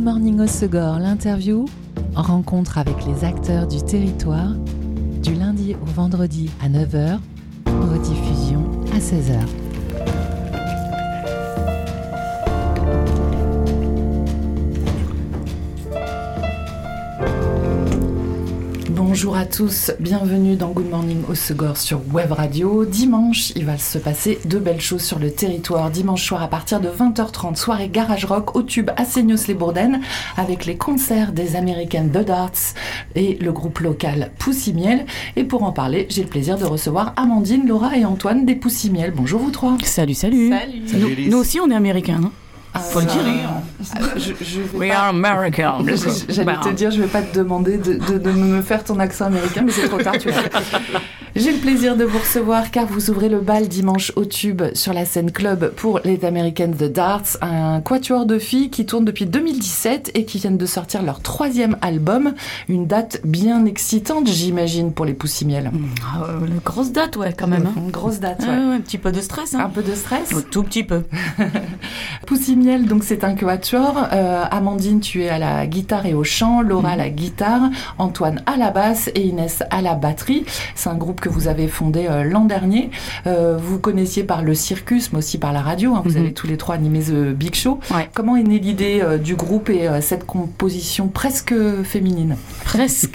Morning Hossegor, l'interview, rencontre avec les acteurs du territoire, du lundi au vendredi à 9h, rediffusion à 16h. Bonjour à tous, bienvenue dans Good Morning Hossegor sur Web Radio. Dimanche, il va se passer de belles choses sur le territoire. Dimanche soir à partir de 20h30, soirée Garage Rock au Tube à Seignos-les-Bourdaines avec les concerts des American The Darts et le groupe local Poussimiel. Et pour en parler, j'ai le plaisir de recevoir Amandine, Laura et Antoine des Poussimiel. Bonjour vous trois. Salut. Nous aussi on est américains, hein. Faut le dire. We are American. J'allais te dire, je vais pas te demander de me faire ton accent américain, mais c'est trop tard, tu l'as fait. J'ai le plaisir de vous recevoir car vous ouvrez le bal dimanche au Tube sur la scène club pour les American The Darts, un quatuor de filles qui tourne depuis 2017 et qui viennent de sortir leur 3e album. Une date bien excitante, j'imagine, pour les Poussimiel. Une grosse date, ouais, quand même. Hein. Une grosse date, ouais. Un petit peu de stress. Hein. Un peu de stress. Tout petit peu. Poussimiel, donc c'est un quatuor. Amandine, tu es à la guitare et au chant, Laura à la guitare, Antoine à la basse et Inès à la batterie. C'est un groupe que vous avez fondé l'an dernier. Vous connaissiez par le circus, mais aussi par la radio. Hein. Vous avez tous les trois animé The Big Show. Ouais. Comment est née l'idée du groupe et cette composition presque féminine ? Presque.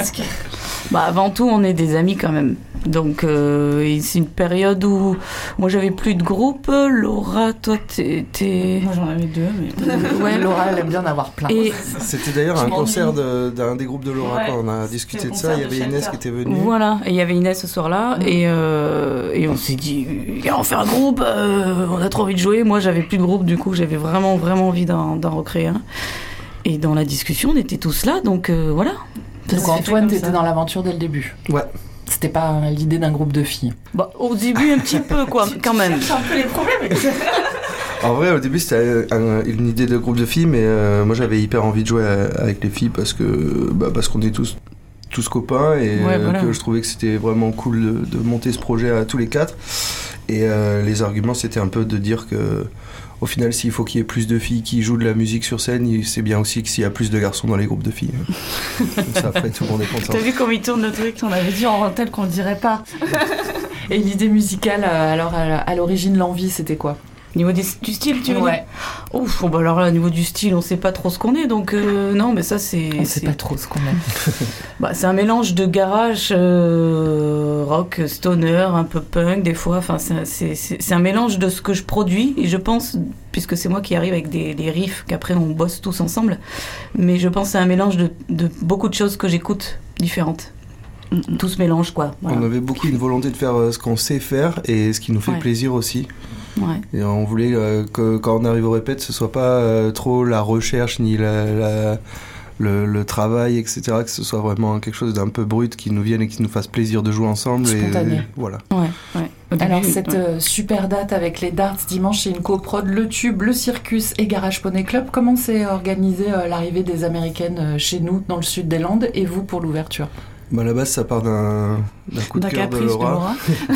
Avant tout, on est des amis quand même. Donc, c'est une période où moi j'avais plus de groupe. Laura, toi, t'es... Moi j'en avais 2, mais... Ouais, Laura, elle aime bien en avoir plein. Et c'était d'ailleurs un concert d'un des groupes de Laura, quand on a discuté de ça. Il y avait Inès qui était venue. Voilà, et il y avait Inès ce soir-là. Et on s'est dit, on fait un groupe, on a trop envie de jouer. Moi, j'avais plus de groupe, du coup, j'avais vraiment envie d'en recréer un. Et dans la discussion, on était tous là, donc voilà. Donc Antoine, t'étais dans l'aventure dès le début. Ouais. C'était pas l'idée d'un groupe de filles. Au début, un petit peu, quoi, quand même. Tu cherches un peu les problèmes. En vrai, au début, c'était une idée de groupe de filles, mais moi, j'avais hyper envie de jouer avec les filles parce qu'on est tous copains et voilà. Que je trouvais que c'était vraiment cool de monter ce projet à tous les quatre. Et les arguments, c'était un peu de dire que au final, s'il faut qu'il y ait plus de filles qui jouent de la musique sur scène, c'est bien aussi que s'il y a plus de garçons dans les groupes de filles. Comme ça, après, tout le monde est content. T'as vu comment il tourne le truc ? On avait dit en tel qu'on le dirait pas. Et l'idée musicale, alors à l'origine, l'envie, c'était quoi ? Au niveau du style, tu veux dire ? Ouf, alors là, au niveau du style, on sait pas trop ce qu'on est, donc non, mais ça, c'est... On sait pas trop ce qu'on est. C'est un mélange de garage, rock, stoner, un peu punk, des fois, enfin, c'est un mélange de ce que je produis, et je pense, puisque c'est moi qui arrive avec des riffs, qu'après on bosse tous ensemble, mais je pense que c'est un mélange de beaucoup de choses que j'écoute différentes. Tout se mélange, quoi. Voilà. On avait beaucoup une volonté de faire ce qu'on sait faire, et ce qui nous fait plaisir aussi. Ouais. Et on voulait que quand on arrive au répète, ce soit pas trop la recherche ni le travail, etc. Que ce soit vraiment quelque chose d'un peu brut qui nous vienne et qui nous fasse plaisir de jouer ensemble. Spontané. Et voilà. Ouais. Alors cette super date avec les Darts dimanche, c'est une coprod, le Tube, le Circus et Garage Poney Club. Comment s'est organisée l'arrivée des Américaines chez nous dans le sud des Landes et vous pour l'ouverture ? À la base, ça part d'un coup de cœur de Laura.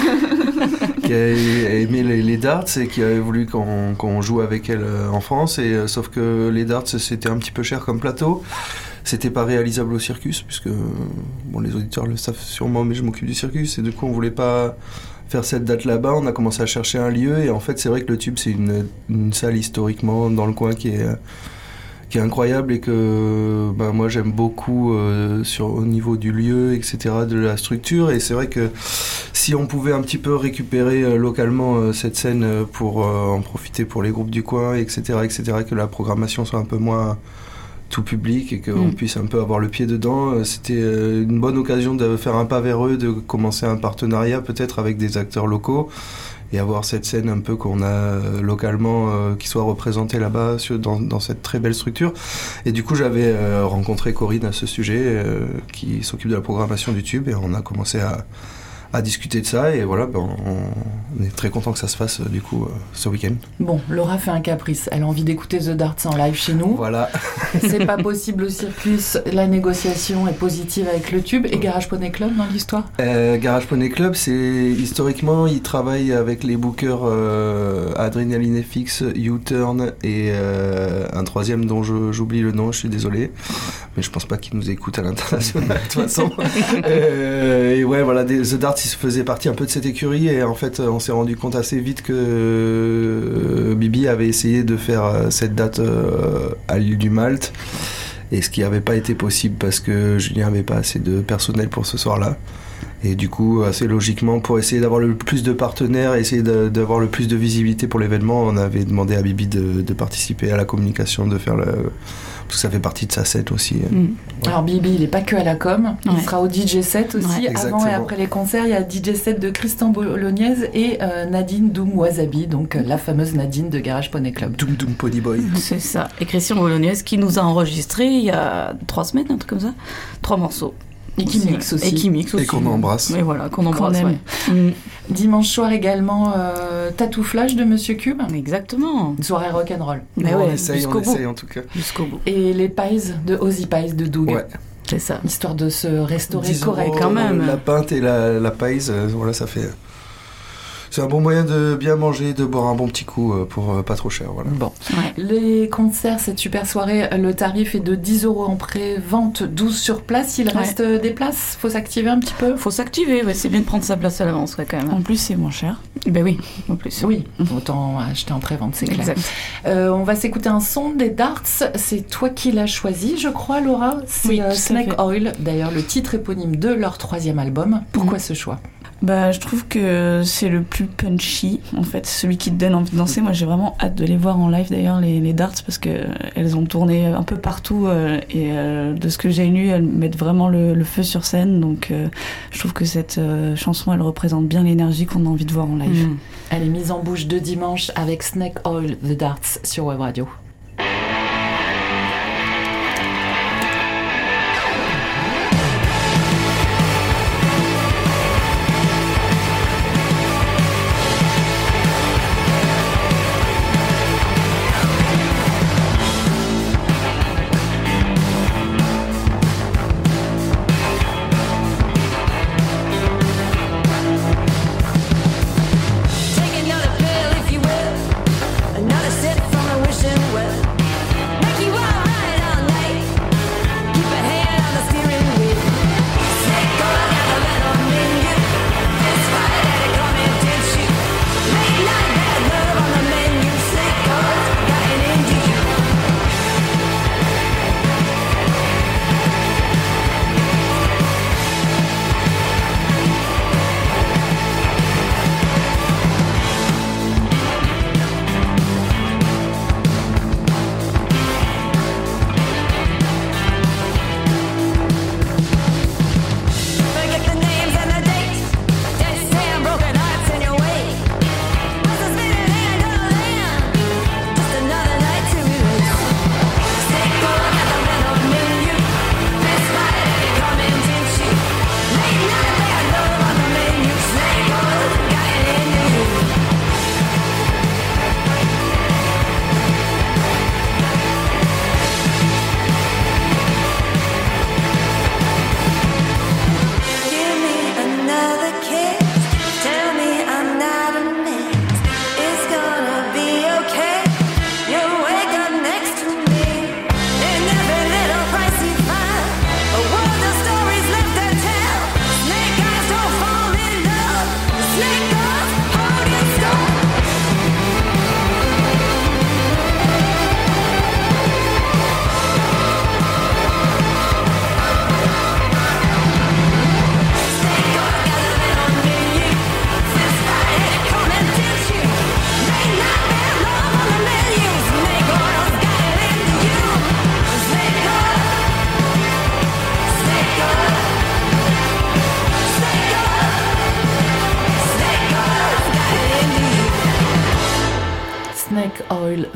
Qui a aimé les darts et qui avait voulu qu'on joue avec elle en France. Sauf que les darts, c'était un petit peu cher comme plateau. C'était pas réalisable au circus, puisque les auditeurs le savent sûrement, mais je m'occupe du circus. Et du coup, on voulait pas faire cette date là-bas. On a commencé à chercher un lieu. Et en fait, c'est vrai que le Tube, c'est une salle historiquement dans le coin qui est incroyable et que moi j'aime beaucoup au niveau du lieu, etc., de la structure. Et c'est vrai que si on pouvait un petit peu récupérer localement cette scène pour en profiter pour les groupes du coin, etc., que la programmation soit un peu moins tout public et qu'on puisse un peu avoir le pied dedans, c'était une bonne occasion de faire un pas vers eux, de commencer un partenariat peut-être avec des acteurs locaux et avoir cette scène un peu qu'on a localement qui soit représentée là-bas dans cette très belle structure. Et du coup, j'avais rencontré Corinne à ce sujet qui s'occupe de la programmation du Tube et on a commencé à discuter de ça. Et voilà, on est très content que ça se fasse du coup ce week-end. Bon, Laura fait un caprice. Elle a envie d'écouter The Darts en live chez nous. Voilà. C'est pas possible au Circus. La négociation est positive avec le tube. Et Garage Poney Club dans l'histoire Garage Poney Club, c'est historiquement, ils travaillent avec les bookers Adrenaline FX, U-Turn et un troisième dont j'oublie le nom, je suis désolé. Mais je pense pas qu'ils nous écoutent à l'international de toute façon. Et ouais, voilà, The Darts, ils faisaient partie un peu de cette écurie et en fait, on s'est rendu compte assez vite que Bibi avait essayé de faire cette date à l'île du Malte. Et ce qui n'avait pas été possible parce que Julien n'avait pas assez de personnel pour ce soir-là. Et du coup, assez logiquement, pour essayer d'avoir le plus de partenaires, essayer d'avoir le plus de visibilité pour l'événement, on avait demandé à Bibi de participer à la communication, de faire parce que ça fait partie de sa set aussi. Ouais. Alors Bibi, il n'est pas que à la com, il sera au DJ set aussi. Ouais, avant et après les concerts, il y a DJ set de Christian Bolognaise et Nadine Doom Wasabi, donc la fameuse Nadine de Garage Poney Club. Doom Doom Pony Boy. C'est ça. Et Christian Bolognaise qui nous a enregistré il y a 3 semaines, un truc comme ça, 3 morceaux. Et qui mixe aussi. Et qu'on embrasse. Et voilà, qu'on embrasse, ouais. Dimanche soir également, Tatouflage de Monsieur Cube. Une soirée rock'n'roll. Mais ouais, on essaye en tout cas. Jusqu'au bout. Et les pies de Ozzy Pies de Doug. Ouais. C'est ça. Histoire de se restaurer correct quand même. La pinte et la pies, voilà, ça fait... C'est un bon moyen de bien manger, de boire un bon petit coup pour pas trop cher. Voilà. Bon. Ouais. Les concerts, cette super soirée, le tarif est de 10 € en pré-vente, 12 sur place. Il reste des places. Faut s'activer un petit peu. Faut s'activer, c'est bien de prendre sa place à l'avance quand même. En plus, c'est moins cher. Ben oui, en plus. Oui, autant acheter en pré-vente, c'est clair. Exact. On va s'écouter un son des Darts. C'est toi qui l'as choisi, je crois, Laura. C'est Snake Oil. D'ailleurs, le titre éponyme de leur 3e album. Pourquoi ce choix ? Je trouve que c'est le plus punchy, en fait, celui qui te donne envie de danser. Moi, j'ai vraiment hâte de les voir en live, d'ailleurs, les Darts, parce qu'elles ont tourné un peu partout, et de ce que j'ai lu, elles mettent vraiment le feu sur scène. Donc, je trouve que cette chanson, elle représente bien l'énergie qu'on a envie de voir en live. Elle est mise en bouche de dimanche avec Snake Oil, The Darts, sur Web Radio. Another sip from a wishing well.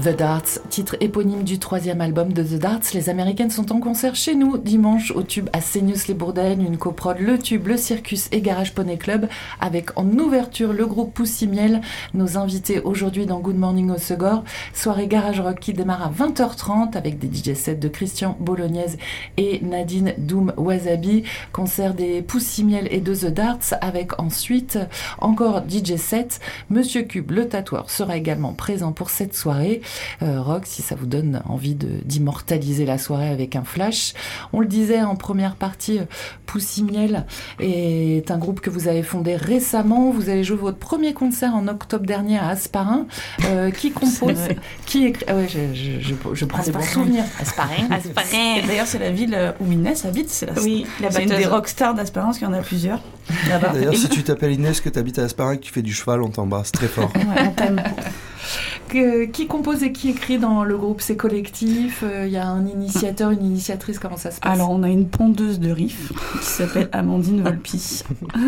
The Darts, titre éponyme du 3e album de The Darts. Les Américaines sont en concert chez nous dimanche au Tube à Seigneus-les-Bourdaines, une coprode Le Tube, Le Circus et Garage Poney Club, avec en ouverture le groupe Poussimiel. Nos invités aujourd'hui dans Good Morning au Segor, soirée Garage Rock qui démarre à 20h30 avec des DJ sets de Christian Bolognaise et Nadine Doom Wasabi, concert des Poussimiel et de The Darts avec ensuite encore DJ set. Monsieur Cube, le tatoueur, sera également présent pour cette soirée. Rock, si ça vous donne envie d'immortaliser la soirée avec un flash. On le disait en première partie, Poussimiel est un groupe que vous avez fondé récemment. Vous avez joué votre premier concert en octobre dernier à Hasparren. Qui compose, qui écrit... Ah ouais, je prends des bons souvenirs. Hasparren. D'ailleurs, c'est la ville où Inès habite. C'est une des rockstars d'Hasparren, parce qu'il y en a plusieurs là-bas. D'ailleurs, si tu t'appelles Inès, que tu habites à Hasparren, que tu fais du cheval, on t'embrasse très fort. Ouais, on t'aime. Qui compose et qui écrit dans le groupe? C'est collectif? Il y a un initiateur, une initiatrice? Comment ça se passe? Alors, on a une pondeuse de riff qui s'appelle Amandine Volpi.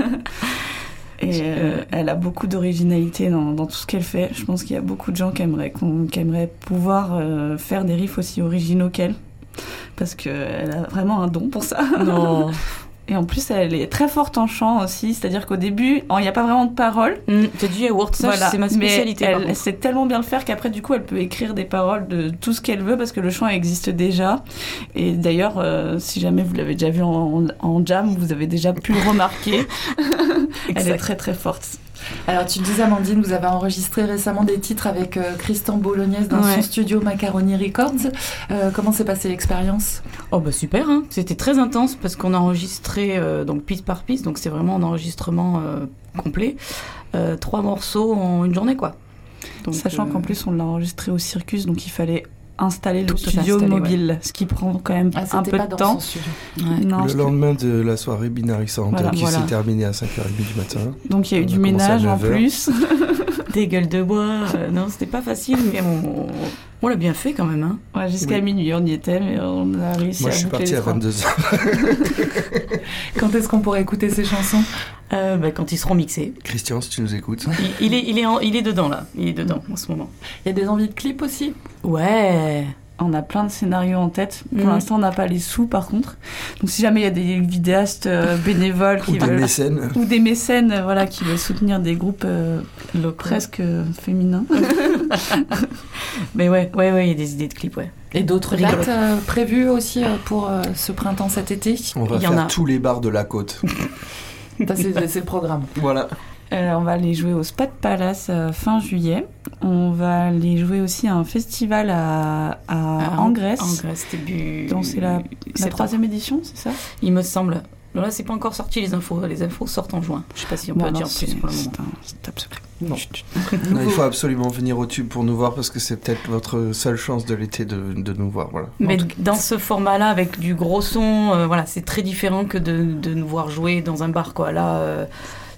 Et elle a beaucoup d'originalité dans tout ce qu'elle fait. Je pense qu'il y a beaucoup de gens qui aimeraient pouvoir faire des riffs aussi originaux qu'elle. Parce qu'elle a vraiment un don pour ça. Non. Et en plus, elle est très forte en chant aussi. C'est-à-dire qu'au début, il n'y a pas vraiment de paroles. T'as dit Wurtzach, voilà. C'est ma spécialité. Mais elle sait tellement bien le faire qu'après, du coup, elle peut écrire des paroles de tout ce qu'elle veut parce que le chant existe déjà. Et d'ailleurs, si jamais vous l'avez déjà vu en jam, vous avez déjà pu le remarquer. Elle est très très forte. Alors tu disais, Amandine, vous avez enregistré récemment des titres avec Christian Bolognaise dans son studio Macaroni Records. Comment s'est passée l'expérience? Oh bah super, hein. C'était très intense parce qu'on a enregistré donc piste par piste, donc c'est vraiment un enregistrement complet, 3 morceaux en une journée quoi. Donc, sachant qu'en plus on l'a enregistré au Circus, donc il fallait installer le studio mobile, ce qui prend quand même un peu de temps. Non, le lendemain de la soirée binarissante qui s'est terminée à 5h30 du matin. Donc il y a eu du ménage en plus. Des gueules de bois. Non, c'était pas facile, mais on l'a bien fait quand même. Hein. Ouais, jusqu'à minuit, on y était, mais on a réussi à boucler les trois. Moi, je suis parti à 22h. Quand est-ce qu'on pourra écouter ces chansons? Quand ils seront mixés. Christian, si tu nous écoutes. Il est dedans, là. Il est dedans, en ce moment. Il y a des envies de clips aussi? Ouais. On a plein de scénarios en tête. Pour l'instant, on n'a pas les sous, par contre. Donc, si jamais il y a des vidéastes bénévoles qui veulent... mécènes. Ou des mécènes, qui veulent soutenir des groupes presque féminins. Mais ouais, il y a des idées de clips, ouais. Et d'autres dates prévues aussi pour ce printemps, cet été? On va faire tous les bars de la côte. Ça, c'est le programme. Voilà. On va aller jouer au Spot Palace fin juillet. On va aller jouer aussi à un festival en Grèce. En Grèce, début... Donc c'est la 3e édition, c'est ça? Il me semble. Là, c'est pas encore sorti les infos. Les infos sortent en juin. Je sais pas si on peut dire plus pour le moment. C'est top secret. Non. Non, il faut absolument venir au Tube pour nous voir parce que c'est peut-être votre seule chance de l'été de nous voir. Voilà. Mais dans ce format-là, avec du gros son, c'est très différent que de nous voir jouer dans un bar, quoi. Là...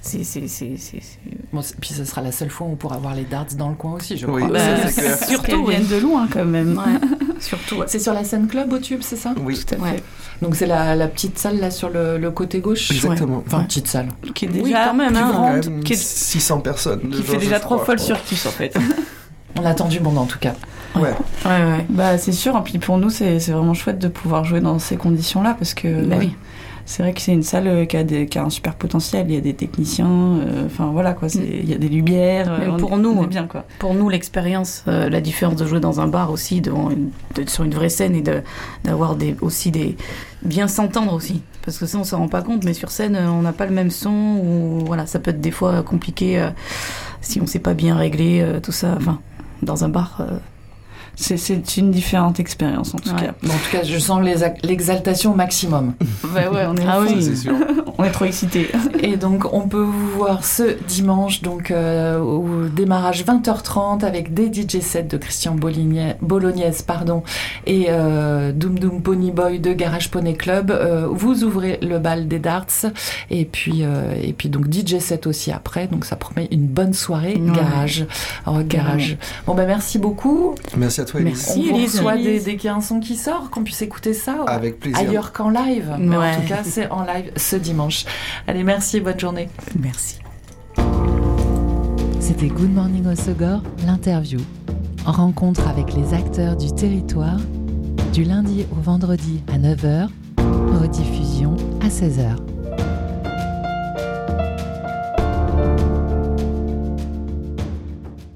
Bon, puis ce sera la seule fois où on pourra voir les Darts dans le coin aussi, je crois. Oui, c'est clair. Surtout, viennent de loin quand même. Ouais. Surtout. Ouais. C'est sur la scène club au Tube, c'est ça? Oui, tout à fait. Ouais. Donc c'est la petite salle là sur le côté gauche. Exactement. Enfin, petite salle. Qui est déjà quand même, plus grande. Quand même 600 personnes. Qui fait déjà 3 fois le Circus en fait. On attend du monde en tout cas. Ouais. Bah c'est sûr. Et puis pour nous, c'est vraiment chouette de pouvoir jouer dans ces conditions-là parce que. Oui. C'est vrai que c'est une salle qui a un super potentiel. Il y a des techniciens, il y a des lumières. Mais pour nous, on est bien, quoi. Pour nous, l'expérience, la différence de jouer dans un bar aussi, sur une vraie scène et d'avoir aussi bien s'entendre aussi. Parce que ça, on s'en rend pas compte, mais sur scène, on n'a pas le même son. Ou voilà, ça peut être des fois compliqué si on sait pas bien régler tout ça. Enfin, dans un bar. C'est une différente expérience en tout cas. Bon, en tout cas, je sens l'exaltation au maximum. Ouais, on est c'est sûr. On est trop excités. Et donc, on peut vous voir ce dimanche, donc au démarrage 20h30 avec des DJ sets de Christian Bolognaise, et Doom Doom Pony Boy de Garage Poney Club. Vous ouvrez le bal des Darts et puis donc DJ set aussi après. Donc ça promet une bonne soirée garage. Bon merci beaucoup. Merci à toi, Élise. Merci, Élise. On reçoit dès qu'il y a un son qui sort, qu'on puisse écouter ça. Avec plaisir. Ailleurs qu'en live. Mais en tout cas, c'est en live ce dimanche. Allez, merci et bonne journée. Merci. C'était Good Morning au Segor, l'interview. rencontre avec les acteurs du territoire, du lundi au vendredi à 9h, rediffusion à 16h.